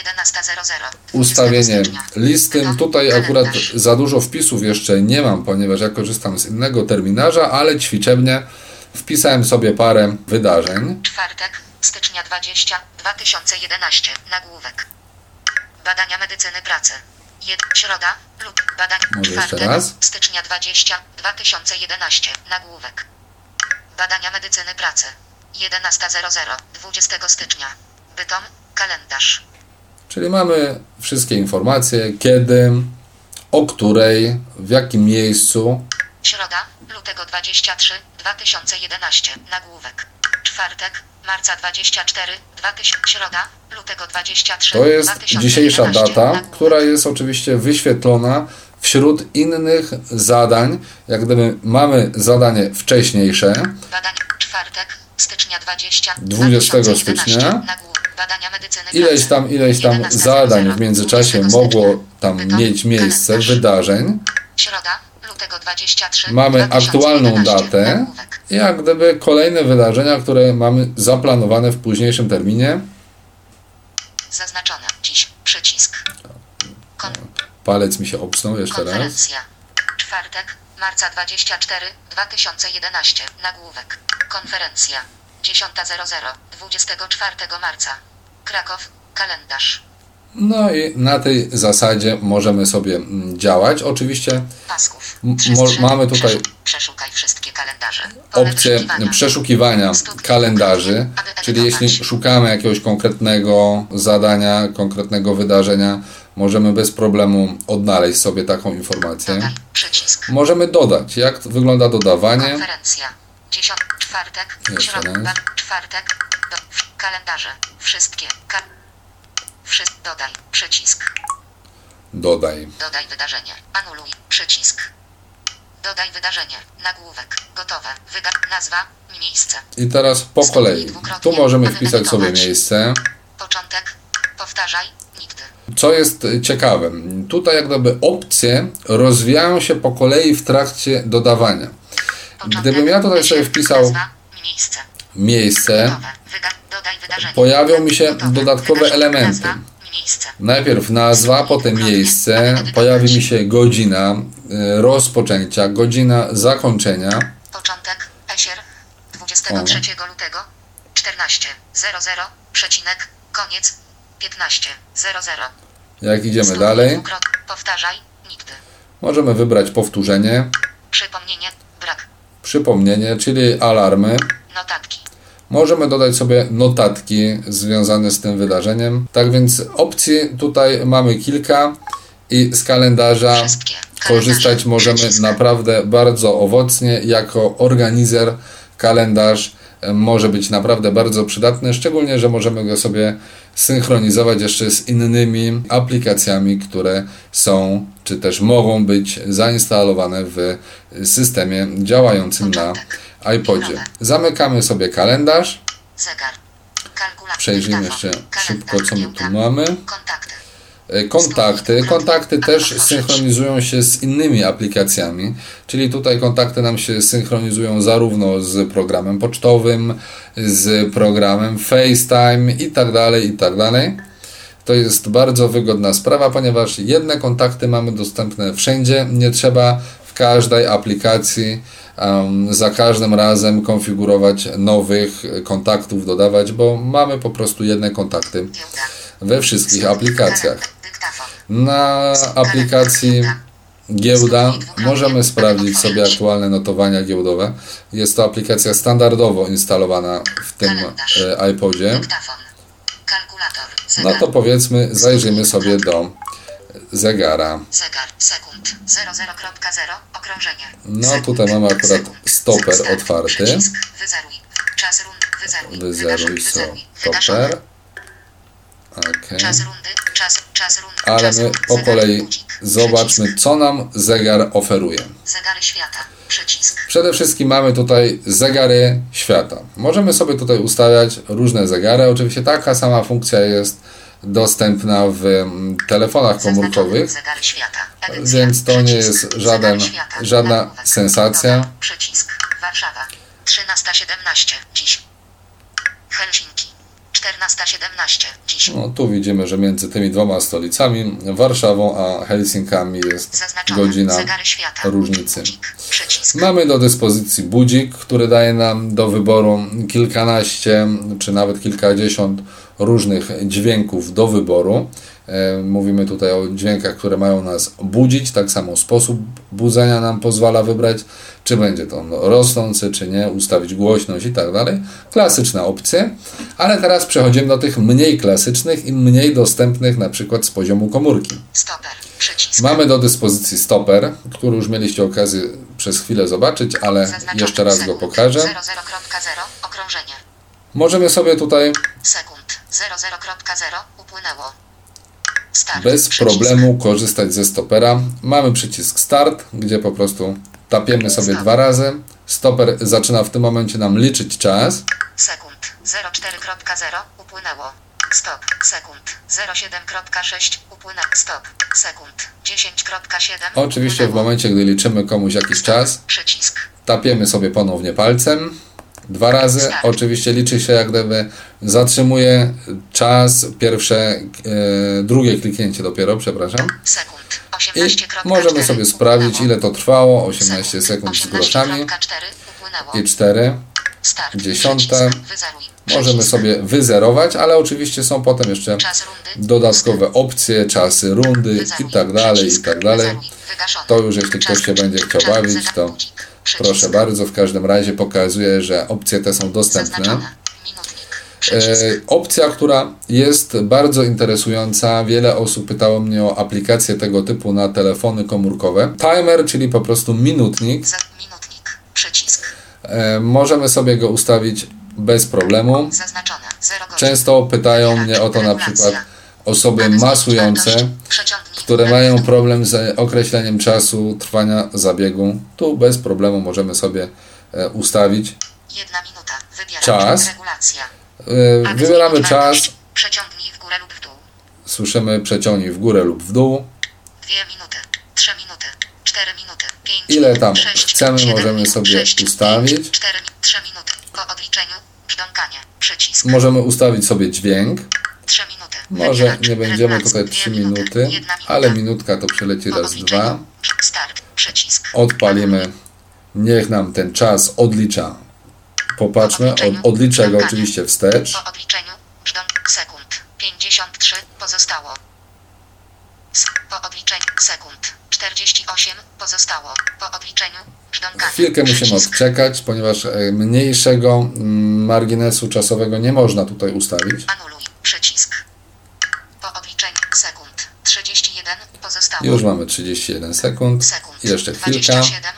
ustawienie listy. Tutaj akurat za dużo wpisów jeszcze nie mam, ponieważ ja korzystam z innego terminarza, ale ćwiczebnie wpisałem sobie parę wydarzeń. Czwartek, stycznia dwudziestego dwa tysiące jedenaście, nagłówek. Badania medycyny pracy. Jed, środa, lub badań. Może jeszcze czwartek, raz. stycznia dwudziestego dwa tysiące jedenaście, nagłówek. Badania medycyny pracy. jedenasta zero zero, dwudziestego stycznia. Bytom, kalendarz. Czyli mamy wszystkie informacje, kiedy, o której, w jakim miejscu. Środa, lutego dwudziestego trzeciego dwa tysiące jedenaście, nagłówek. Czwartek, marca dwudziestego czwartego dwa tysiące, środa, lutego dwudziestego trzeciego To jest dwa tysiące dzisiejsza jedenaście, data, nagłówek. która jest oczywiście wyświetlona wśród innych zadań. Jak gdyby mamy zadanie wcześniejsze. Badania, czwartek, stycznia dwudziestego dwudziestego stycznia. nagłówek. Badania medycyny Ileś pracy. tam, ileś tam jedenasta zadań w międzyczasie dwudziestego mogło stycznia. tam Bytom, mieć miejsce, kalendarz. wydarzeń. Środa, lutego dwudziestego trzeciego Mamy dwa tysiące aktualną jedenaście, datę nagłówek. i jak gdyby kolejne wydarzenia, które mamy zaplanowane w późniejszym terminie. Zaznaczone. Dziś. Przycisk. Kon- Palec mi się obsnął jeszcze raz. konferencja. Czwartek, marca dwudziestego czwartego dwa tysiące jedenaście, nagłówek. Konferencja. dziesiąta zero zero, dwudziestego czwartego marca. Kraków, kalendarz. No i na tej zasadzie możemy sobie mm, działać. Oczywiście Pasków. M- Przestrzeń. mo- mamy tutaj Przeszu- Przeszukaj wszystkie kalendarze. Pole opcję wyszukiwania. przeszukiwania kalendarzy, czyli jeśli szukamy jakiegoś konkretnego zadania, konkretnego wydarzenia, możemy bez problemu odnaleźć sobie taką informację. Dodaj. Przycisk. Możemy dodać, jak wygląda dodawanie. Konferencja. Dziesiąt. Czwartek. Jeszcze Środa. raz. ba- Czwartek. Do, w- kalendarze. Wszystkie. Ka- Wszyst, dodaj. Przycisk. Dodaj. Dodaj wydarzenie. Anuluj. Przycisk. Dodaj wydarzenie. Nagłówek. Gotowe. Wyda nazwa. Miejsce. I teraz po kolei. Tu możemy wpisać sobie miejsce. Początek. Powtarzaj. Nigdy. Co jest ciekawe, tutaj jak gdyby opcje rozwijają się po kolei w trakcie dodawania. Początek. Gdybym ja tutaj sobie wpisał Nazwa. Miejsce. miejsce, Gotowe. Wyda dodaj wydarzenie. pojawią mi się Gotowe. dodatkowe Wydarzenie. elementy. Nazwa. Miejsce. Najpierw nazwa, potem miejsce, pojawi mi się godzina y, rozpoczęcia, godzina zakończenia. Początek. Esier. dwudziestego trzeciego lutego. czternaście zero zero. Przecinek. Koniec. piętnaście zero zero. Jak idziemy Stół dalej, dwukrot- Powtarzaj. Nigdy. możemy wybrać powtórzenie, Przypomnienie. Brak. przypomnienie, czyli alarmy. Notatki. Możemy dodać sobie notatki związane z tym wydarzeniem. Tak więc opcji tutaj mamy kilka i z kalendarza Wszystkie. korzystać Kalendarze. możemy Przycisk. naprawdę bardzo owocnie. Jako organizer kalendarz e, może być naprawdę bardzo przydatny, szczególnie, że możemy go sobie synchronizować jeszcze z innymi aplikacjami, które są czy też mogą być zainstalowane w systemie działającym na iPodzie. Zamykamy sobie kalendarz. Zegar. Kalkulator. Przejrzyjmy dyktafon. jeszcze Kalendarz. szybko, co my tu Giełda. mamy. Kontakty. E, Kontakty. Kontakty też synchronizują się z innymi aplikacjami, czyli tutaj kontakty nam się synchronizują zarówno z programem pocztowym, z programem FaceTime i tak dalej, i tak dalej. To jest bardzo wygodna sprawa, ponieważ jedne kontakty mamy dostępne wszędzie, nie trzeba w każdej aplikacji um, za każdym razem konfigurować nowych kontaktów, dodawać, bo mamy po prostu jedne kontakty we wszystkich aplikacjach. Na aplikacji Giełda możemy sprawdzić sobie aktualne notowania giełdowe. Jest to aplikacja standardowo instalowana w tym e, iPodzie. No to powiedzmy, zajrzymy sobie do zegara. Zegar, sekund, zero zero zero, okrążenie. No tutaj mamy akurat stoper otwarty. Przycisk, wyzeruj, czas rund, wyzeruj, Wyzeruj stoper. Okay. Czas rundy, czas, czas rundy, ale czas my rund, po zegar, kolei budzik, zobaczmy, przycisk, co nam zegar oferuje. zegary świata, przycisk, Przede wszystkim mamy tutaj zegary świata. Możemy sobie tutaj ustawiać różne zegary. Oczywiście taka sama funkcja jest dostępna w telefonach komórkowych, zegary świata, edycja, więc to nie przycisk, jest żaden, zegary świata, żadna nagłówek, sensacja. nowa, przycisk, Warszawa, trzynasta siedemnaście, dziś, Helsinki, czternasta siedemnaście, dziś, No, tu widzimy, że między tymi dwoma stolicami, Warszawą a Helsinkami, jest zaznaczone, godzina zegary świata, różnicy. budzik, przycisk, Mamy do dyspozycji budzik, który daje nam do wyboru kilkanaście czy nawet kilkadziesiąt różnych dźwięków do wyboru. E, mówimy tutaj o dźwiękach, które mają nas budzić. Tak samo sposób budzenia nam pozwala wybrać, czy będzie to rosnący, czy nie, ustawić głośność i tak dalej. Klasyczne opcje, ale teraz przechodzimy do tych mniej klasycznych i mniej dostępnych, na przykład z poziomu komórki. stoper, przycisk, Mamy do dyspozycji stoper, który już mieliście okazję przez chwilę zobaczyć, ale zaznaczone, jeszcze raz go sekund, pokażę. zero zero zero, okrążenie, Możemy sobie tutaj sekund, zero zero zero, upłynęło, start, bez przycisk, problemu korzystać ze stopera. Mamy przycisk start, gdzie po prostu tapiemy sobie Stop. dwa razy. Stoper zaczyna w tym momencie nam liczyć czas. sekund, zero cztery zero, upłynęło, stop, sekund, zero siedem sześć, upłynęło, stop, sekund, dziesięć siedem, Oczywiście w upłynęło, momencie, gdy liczymy komuś jakiś czas, przycisk, tapiemy sobie ponownie palcem. Dwa razy. Start. Oczywiście liczy się jak gdyby zatrzymuje czas, pierwsze, e, drugie kliknięcie dopiero, przepraszam. sekund, I osiemnaście możemy sobie sprawdzić, ile to trwało. osiemnaście sekund z osiemnaście groszami cztery, upłynęło, i cztery. start, dziesiąte. przycisk, wyzeruj, Możemy przycisk, sobie wyzerować, ale oczywiście są potem jeszcze czas rundy, dodatkowe opcje, czasy rundy wyzeruj, i tak dalej, i przycisk, tak dalej. wyzeruj, wygaszony, To już jeśli ktoś czas, się będzie chciał czas, bawić, zegar, to budzik, przycisk, proszę bardzo. W każdym razie pokazuję, że opcje te są dostępne. zaznaczone, minutnik, przycisk, E, opcja, która jest bardzo interesująca. Wiele osób pytało mnie o aplikację tego typu na telefony komórkowe. Timer, czyli po prostu minutnik. za, minutnik, przycisk, E, możemy sobie go ustawić bez problemu. zaznaczone, zero godzin, Często pytają mnie o to na przykład osoby Mamy zmienić masujące, wartość, przeciągnij które w mają górę. problem z określeniem czasu trwania zabiegu. Tu bez problemu możemy sobie e, ustawić Jedna minuta, wybieramy czas. regulacja. E, Aby Wybieramy zmienić czas, wartość, przeciągnij w górę lub w dół. słyszymy przeciągnij w górę lub w dół. Dwie minuty, trzy minuty, cztery minuty, pięć Ile minut, tam sześć, chcemy, siedem możemy minut, sobie sześć, ustawić. pięć, cztery, trzy minuty. Po odliczeniu, brzdąkanie, przycisk. Możemy ustawić sobie dźwięk. trzy minuty. Może Wybieracz, nie będziemy regulacja, tutaj dwie trzy minuty, minuty, jedna minuta. ale minutka to przeleci Po raz, odliczeniu, dwa. start, przycisk. Odpalimy. Niech nam ten czas odlicza. Popatrzmy, od, odliczę go oczywiście wstecz. Po odliczeniu, brzdąk, sekund, pięćdziesiąt trzy, pozostało. S- Po odliczeniu, sekund, czterdzieści osiem, pozostało. Po odliczeniu, brzdąkanie, Chwilkę musimy przycisk. odczekać, ponieważ e, mniejszego mm, marginesu czasowego nie można tutaj ustawić. Anuluj, przycisk. Po odliczeniu, sekund, trzydzieści jeden, pozostało. Już mamy trzydzieści jeden sekund. Sekund, Jeszcze chwilka. dwadzieścia siedem.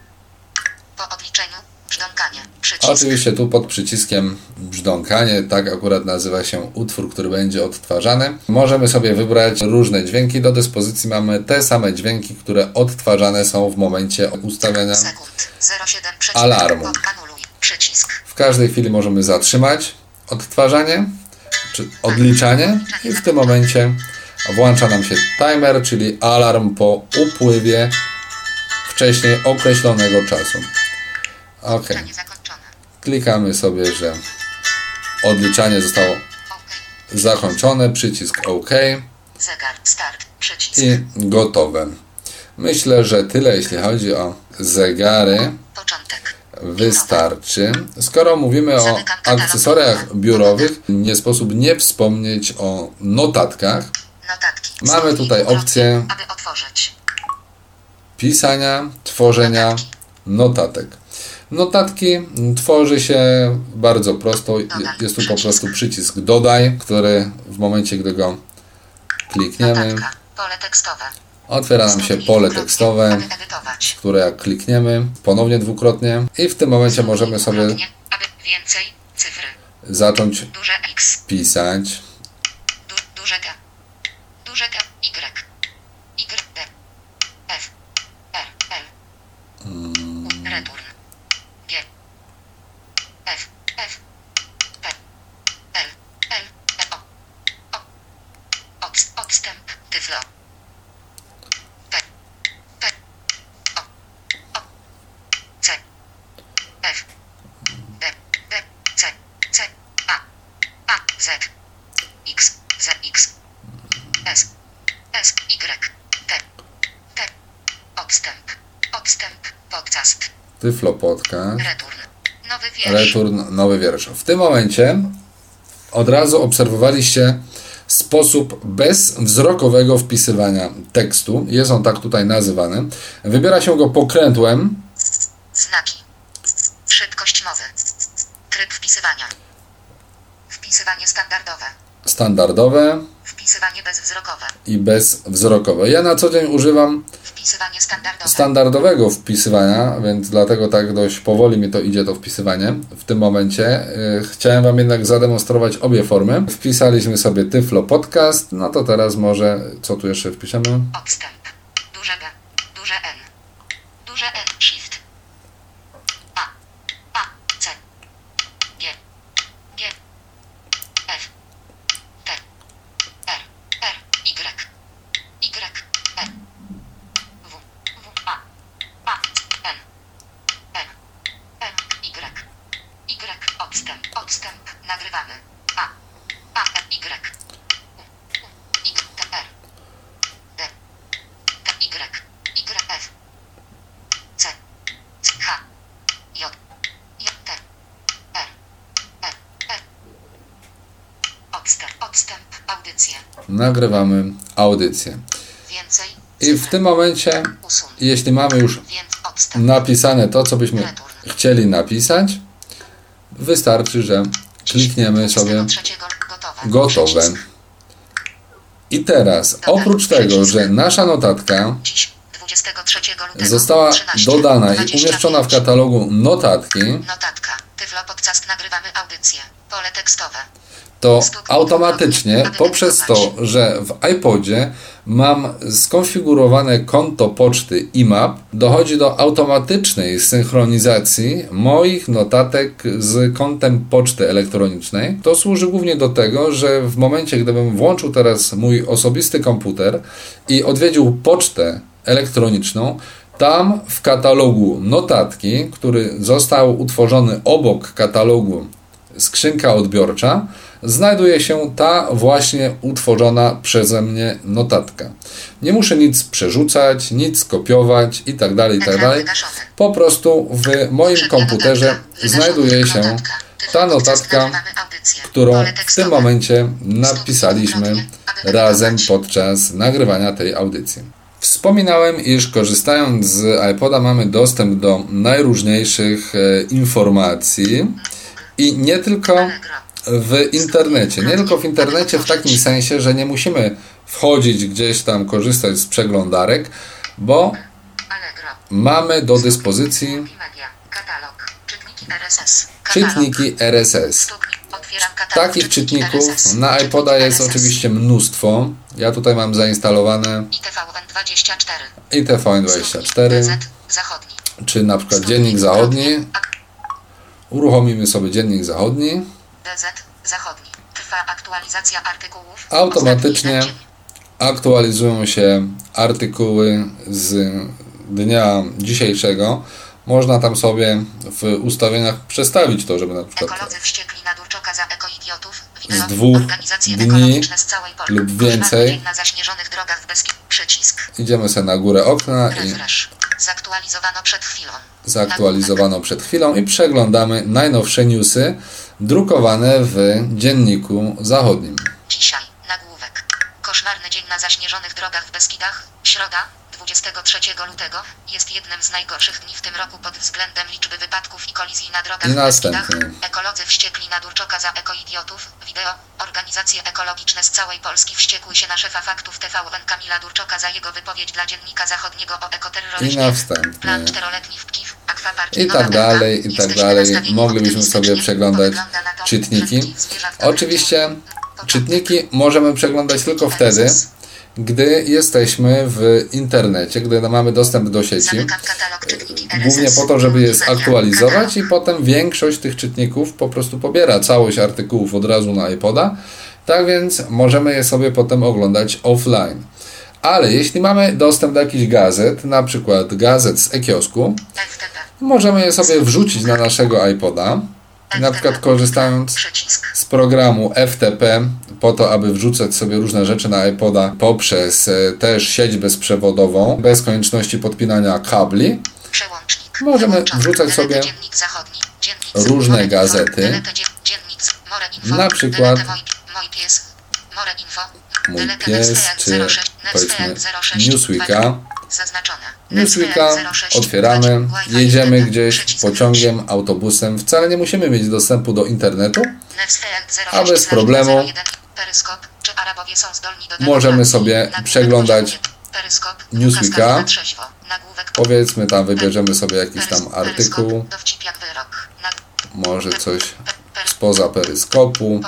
Po odliczeniu, brzdąkanie, przycisk. Oczywiście tu pod przyciskiem brzdąkanie, tak akurat nazywa się utwór, który będzie odtwarzany. Możemy sobie wybrać różne dźwięki. Do dyspozycji mamy te same dźwięki, które odtwarzane są w momencie ustawiania. Sekund, zero siedem, przycisk. Alarmu. Po- Anuluj, przycisk. W każdej chwili możemy zatrzymać odtwarzanie czy odliczanie i w tym momencie włącza nam się timer, czyli alarm po upływie wcześniej określonego czasu. Ok. Odliczanie zakończone. Klikamy sobie, że odliczanie zostało OK. zakończone, przycisk OK Zegar, start, przycisk. i gotowe. Myślę, że tyle jeśli chodzi o zegary. Początek. Wystarczy. Skoro mówimy o akcesoriach biurowych, nie sposób nie wspomnieć o notatkach. Notatki. Mamy tutaj opcję Aby otworzyć. pisania, tworzenia notatek. Notatki tworzy się bardzo prosto. Jest tu po prostu przycisk dodaj, który w momencie, gdy go klikniemy, Notatka. Pole tekstowe. otwiera nam się pole tekstowe, Aby edytować. które jak klikniemy ponownie dwukrotnie i w tym momencie możemy sobie Dwukrotnie. Aby więcej cyfry. zacząć Duże X. pisać. Du, duże G. Duże G. Y. Y. D. F. R. L. U. Return. G. F. F. P. L. L. E. O. O. Odst- Odstęp. Tyflo. P. P. O. O. C. F. D. D. C. C. A. A. Z. X. Z. X. S. S. Y. T. T. Odstęp. Odstęp. Podcast. Tyflo Podcast. Return. Nowy wiersz. Return, nowy wiersz. W tym momencie od razu obserwowaliście sposób bezwzrokowego wpisywania tekstu. Jest on tak tutaj nazywany. Wybiera się go pokrętłem. Znaki. Szybkość mowy. Tryb wpisywania. Wpisywanie standardowe. Standardowe Wpisywanie bezwzrokowe. i bezwzrokowe. Ja na co dzień używam Wpisywanie standardowe. standardowego wpisywania, więc dlatego tak dość powoli mi to idzie to wpisywanie. W tym momencie yy, chciałem Wam jednak zademonstrować obie formy. Wpisaliśmy sobie Tyflo Podcast, no to teraz może, co tu jeszcze wpiszemy? Odstęp. Duże G. Duże N. Duże N. Shift. A. A. C. G. G. F. T. R. R. Y. Y. E. W. W. A. A. N. N. N. Y. Y. Odstęp. Odstęp. Nagrywamy. A. A. Y. U. U. Y. T. R. D. T. Y. Y. F. C. C. H. J. J. T. R. E. E. Odstęp. Odstęp. Audycję. Nagrywamy audycję. Więcej. I w tym momencie, Usuń. jeśli mamy już Więc odstęp. napisane to, co byśmy chcieli napisać, wystarczy, że klikniemy sobie dwudziestego trzeciego gotowe. gotowe. Przycisk. I teraz, oprócz tego, że nasza notatka Dziś, dwudziestego trzeciego lutego. została trzynaście, dodana i dwadzieścia umieszczona w pięć. katalogu notatki, Notatka. Tyflo Podcast. Nagrywamy audycję. Pole tekstowe. to automatycznie poprzez to, że w iPodzie mam skonfigurowane konto poczty I M A P, dochodzi do automatycznej synchronizacji moich notatek z kontem poczty elektronicznej. To służy głównie do tego, że w momencie, gdybym włączył teraz mój osobisty komputer i odwiedził pocztę elektroniczną, tam w katalogu notatki, który został utworzony obok katalogu skrzynka odbiorcza, znajduje się ta właśnie utworzona przeze mnie notatka. Nie muszę nic przerzucać, nic kopiować i tak dalej, i tak dalej. Po prostu w moim komputerze znajduje się ta notatka, którą w tym momencie napisaliśmy razem podczas nagrywania tej audycji. Wspominałem, iż korzystając z iPoda mamy dostęp do najróżniejszych e, informacji i nie tylko w internecie. Nie tylko w internecie w takim sensie, że nie musimy wchodzić gdzieś tam, korzystać z przeglądarek, bo mamy do dyspozycji czytniki R S S. Takich czytników na iPoda jest oczywiście mnóstwo. Ja tutaj mam zainstalowane I T V N dwadzieścia cztery. i T V N dwadzieścia cztery, czy na przykład Dziennik Zachodni. Uruchomimy sobie Dziennik Zachodni. D Z Zachodni. Trwa aktualizacja artykułów. Automatycznie aktualizują się artykuły z dnia dzisiejszego. Można tam sobie w ustawieniach przestawić to, żeby na przykład Ekolodzy wściekli na Durczoka za ekoidiotów. z dwóch dni lub więcej na zaśnieżonych drogach w Beskid. Przycisk. idziemy sobie na górę okna i Refresh. Zaktualizowano przed chwilą. Zaktualizowano przed chwilą i przeglądamy najnowsze newsy drukowane w Dzienniku Zachodnim. Dzisiaj. Nagłówek. Koszmarny dzień na zaśnieżonych drogach w Beskidach. Środa. dwudziestego trzeciego lutego jest jednym z najgorszych dni w tym roku pod względem liczby wypadków i kolizji na drogach I w Beskidach. następny. Ekolodzy wściekli na Durczoka za ekoidiotów. Wideo. Organizacje ekologiczne z całej Polski wściekły się na szefa faktów T V N Kamila Durczoka za jego wypowiedź dla Dziennika Zachodniego o I ekoterroryzmie. następny. Plan czteroletni w Kiw, Aquapark I tak dalej, i tak dalej. Moglibyśmy sobie przeglądać czytniki. Oczywiście czytniki możemy przeglądać tylko wtedy, gdy jesteśmy w internecie, gdy mamy dostęp do sieci, głównie po to, żeby je zaktualizować i potem większość tych czytników po prostu pobiera całość artykułów od razu na iPoda, tak więc możemy je sobie potem oglądać offline. Ale jeśli mamy dostęp do jakichś gazet, na przykład gazet z e-kiosku, możemy je sobie wrzucić na naszego iPoda, na przykład korzystając z programu F T P po to, aby wrzucać sobie różne rzeczy na iPoda poprzez e, też sieć bezprzewodową, bez konieczności podpinania kabli. Możemy wrzucać sobie różne gazety, na przykład Mój Pies, czy powiedzmy Newsweeka. Newsweeka otwieramy, jedziemy gdzieś pociągiem, autobusem. Wcale nie musimy mieć dostępu do internetu, a bez problemu możemy sobie przeglądać Newsweeka. Powiedzmy tam, wybierzemy sobie jakiś tam artykuł, może coś spoza peryskopu.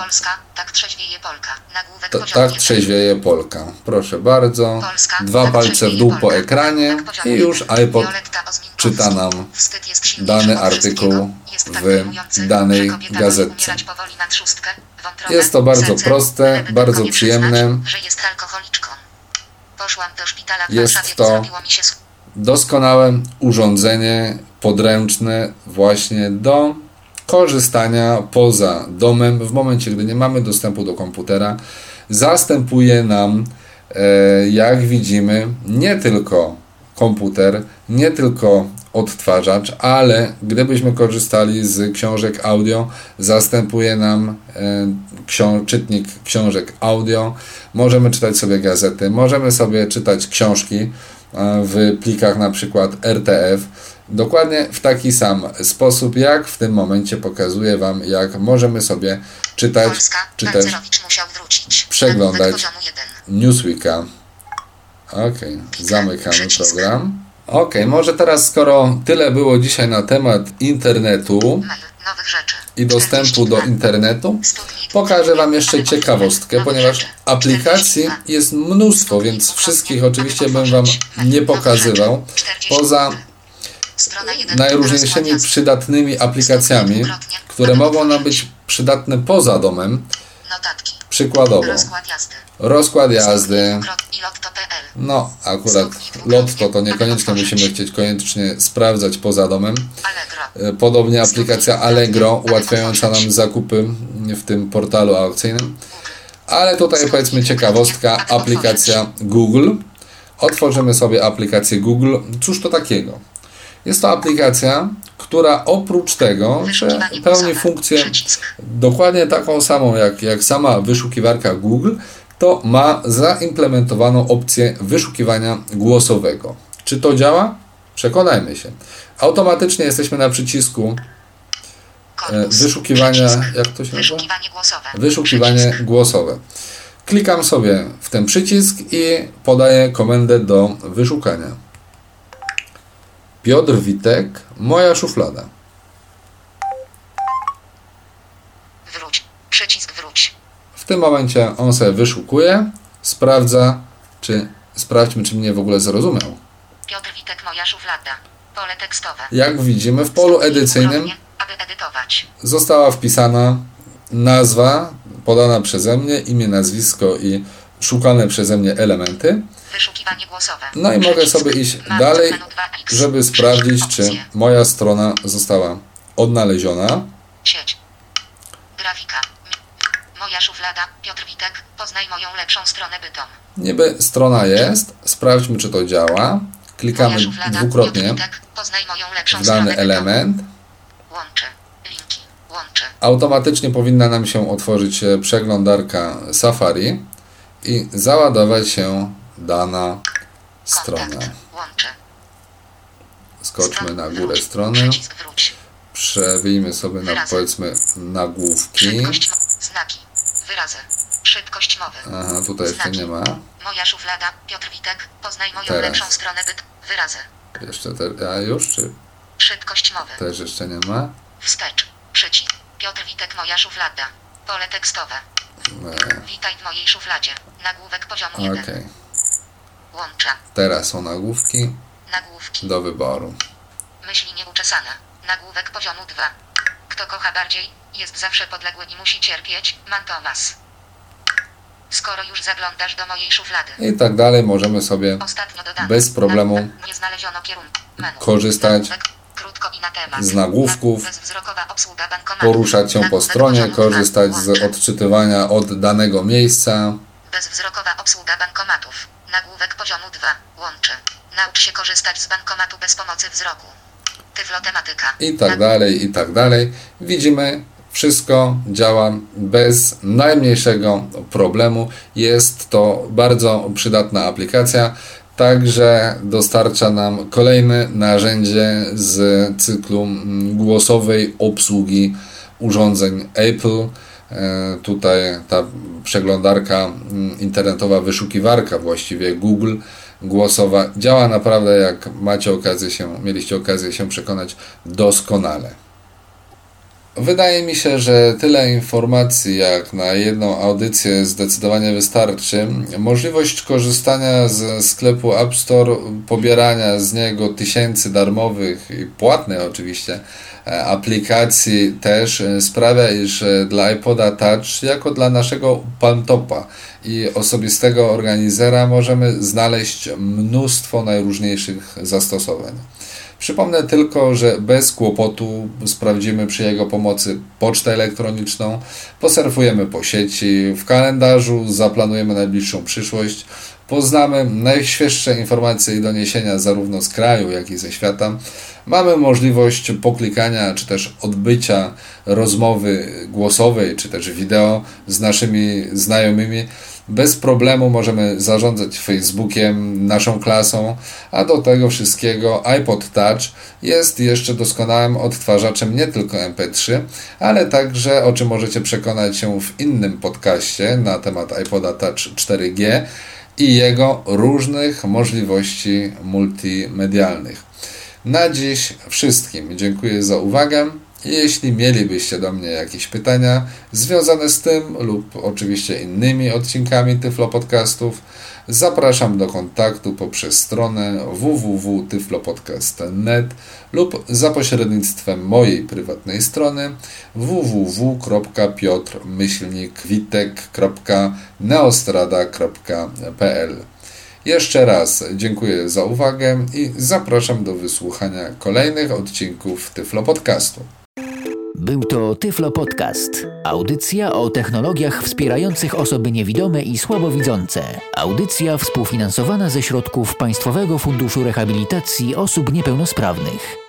To, tak trzeźwieje Polka. Proszę bardzo. Dwa palce w dół po ekranie i już iPod czyta nam dany artykuł w danej gazetce. Jest to bardzo proste, bardzo przyjemne. Jest to doskonałe urządzenie podręczne właśnie do korzystania poza domem w momencie, gdy nie mamy dostępu do komputera. Zastępuje nam, e, jak widzimy, nie tylko komputer, nie tylko odtwarzacz, ale gdybyśmy korzystali z książek audio, zastępuje nam e, ksią- czytnik książek audio. Możemy czytać sobie gazety, możemy sobie czytać książki e, w plikach na przykład R T F. Dokładnie w taki sam sposób, jak w tym momencie pokazuję Wam, jak możemy sobie czytać, Polska, czy też przeglądać Newsweeka. Ok, zamykamy program. Ok, może teraz, skoro tyle było dzisiaj na temat internetu i dostępu do internetu, pokażę Wam jeszcze ciekawostkę, ponieważ aplikacji jest mnóstwo, więc wszystkich oczywiście bym Wam nie pokazywał. Poza najróżniejszymi przydatnymi aplikacjami, które mogą nam być przydatne poza domem. Przykładowo rozkład jazdy. No, akurat Lotto to niekoniecznie musimy chcieć koniecznie sprawdzać poza domem. Podobnie aplikacja Allegro, ułatwiająca nam zakupy w tym portalu aukcyjnym. Ale tutaj powiedzmy ciekawostka, aplikacja Google. Otworzymy sobie aplikację Google. Cóż to takiego? Jest to aplikacja, która oprócz tego, że pełni funkcję dokładnie taką samą jak, jak sama wyszukiwarka Google, to ma zaimplementowaną opcję wyszukiwania głosowego. Czy to działa? Przekonajmy się. Automatycznie jesteśmy na przycisku e, wyszukiwania, jak to się nazywa? Wyszukiwanie głosowe. Klikam sobie w ten przycisk i podaję komendę do wyszukania. Piotr Witek, moja szuflada. Wróć. Przycisk wróć. W tym momencie on sobie wyszukuje, sprawdza, czy sprawdźmy, czy mnie w ogóle zrozumiał. Piotr Witek, moja szuflada. Pole tekstowe. Jak widzimy, w polu edycyjnym aby edytować. została wpisana nazwa podana przeze mnie, imię, nazwisko i szukane przeze mnie elementy. Wyszukiwanie głosowe. No i mogę sobie iść dalej, żeby sprawdzić, czy moja strona została odnaleziona. Sieć. Grafika. Moja szuflada. Piotr Witek. Poznaj moją lepszą stronę bytom. Niby strona jest. Sprawdźmy, czy to działa. Klikamy dwukrotnie w dany element. Łącze. Linki. Łącze. Automatycznie powinna nam się otworzyć przeglądarka Safari i załadować się dana strona. Łącze. Skoczmy na górę strony. Przewijmy sobie na, powiedzmy, nagłówki. Szybkość, znaki, wyrazy, szybkość mowy. Aha, tutaj jeszcze nie ma. Moja szuflada, Piotr Witek, poznaj moją Teraz. lepszą stronę, byt, wyrazy. Jeszcze te, a już, czy Szybkość mowy. też jeszcze nie ma? Wstecz, przycisk, Piotr Witek, moja szuflada, pole tekstowe. Nie. Witaj w mojej szufladzie, nagłówek poziomu jeden. Okej. Łącza, Teraz są nagłówki nagłówki, do wyboru. myśli nieuczesane, nagłówek poziomu dwa. Kto kocha bardziej, jest zawsze podległy i musi cierpieć, Mantomas. Skoro już zaglądasz do mojej szuflady. I tak dalej możemy sobie Ostatnio dodane. bez problemu Na, nie znaleziono kierunku. Menu. korzystać Nagłówek, krótko i na temat. z nagłówków, Bezwzrokowa obsługa bankomatu. poruszać się po Nagłówek stronie, poziomu dwa. korzystać z Łącze. odczytywania od danego miejsca. Bezwzrokowa obsługa bankomatów. Nagłówek poziomu dwa. Łączy. Naucz się korzystać z bankomatu bez pomocy wzroku. Tyflotematyka. I tak dalej, i tak dalej. Widzimy, wszystko działa bez najmniejszego problemu. Jest to bardzo przydatna aplikacja. Także dostarcza nam kolejne narzędzie z cyklu głosowej obsługi urządzeń Apple. Tutaj ta przeglądarka internetowa, wyszukiwarka właściwie Google głosowa działa naprawdę, jak macie okazję się, mieliście okazję się przekonać, doskonale. Wydaje mi się, że tyle informacji jak na jedną audycję zdecydowanie wystarczy. Możliwość korzystania z sklepu App Store, pobierania z niego tysięcy darmowych i płatnych oczywiście aplikacji też sprawia, iż dla iPoda Touch jako dla naszego palmtopa i osobistego organizera możemy znaleźć mnóstwo najróżniejszych zastosowań. Przypomnę tylko, że bez kłopotu sprawdzimy przy jego pomocy pocztę elektroniczną, posurfujemy po sieci, w kalendarzu zaplanujemy najbliższą przyszłość, poznamy najświeższe informacje i doniesienia zarówno z kraju, jak i ze świata. Mamy możliwość poklikania, czy też odbycia rozmowy głosowej, czy też wideo z naszymi znajomymi. Bez problemu możemy zarządzać Facebookiem, naszą klasą, a do tego wszystkiego iPod Touch jest jeszcze doskonałym odtwarzaczem nie tylko em pe trzy, ale także, o czym możecie przekonać się w innym podcaście na temat iPoda Touch cztery G i jego różnych możliwości multimedialnych. Na dziś wszystkim dziękuję za uwagę. Jeśli mielibyście do mnie jakieś pytania związane z tym lub oczywiście innymi odcinkami Tyflo Podcastów, zapraszam do kontaktu poprzez stronę w w w kropka tyflopodcast kropka net lub za pośrednictwem mojej prywatnej strony w w w kropka piotr witek kropka neostrada kropka p l. Jeszcze raz dziękuję za uwagę i zapraszam do wysłuchania kolejnych odcinków Tyflo Podcastu. Był to Tyflo Podcast. Audycja o technologiach wspierających osoby niewidome i słabowidzące. Audycja współfinansowana ze środków Państwowego Funduszu Rehabilitacji Osób Niepełnosprawnych.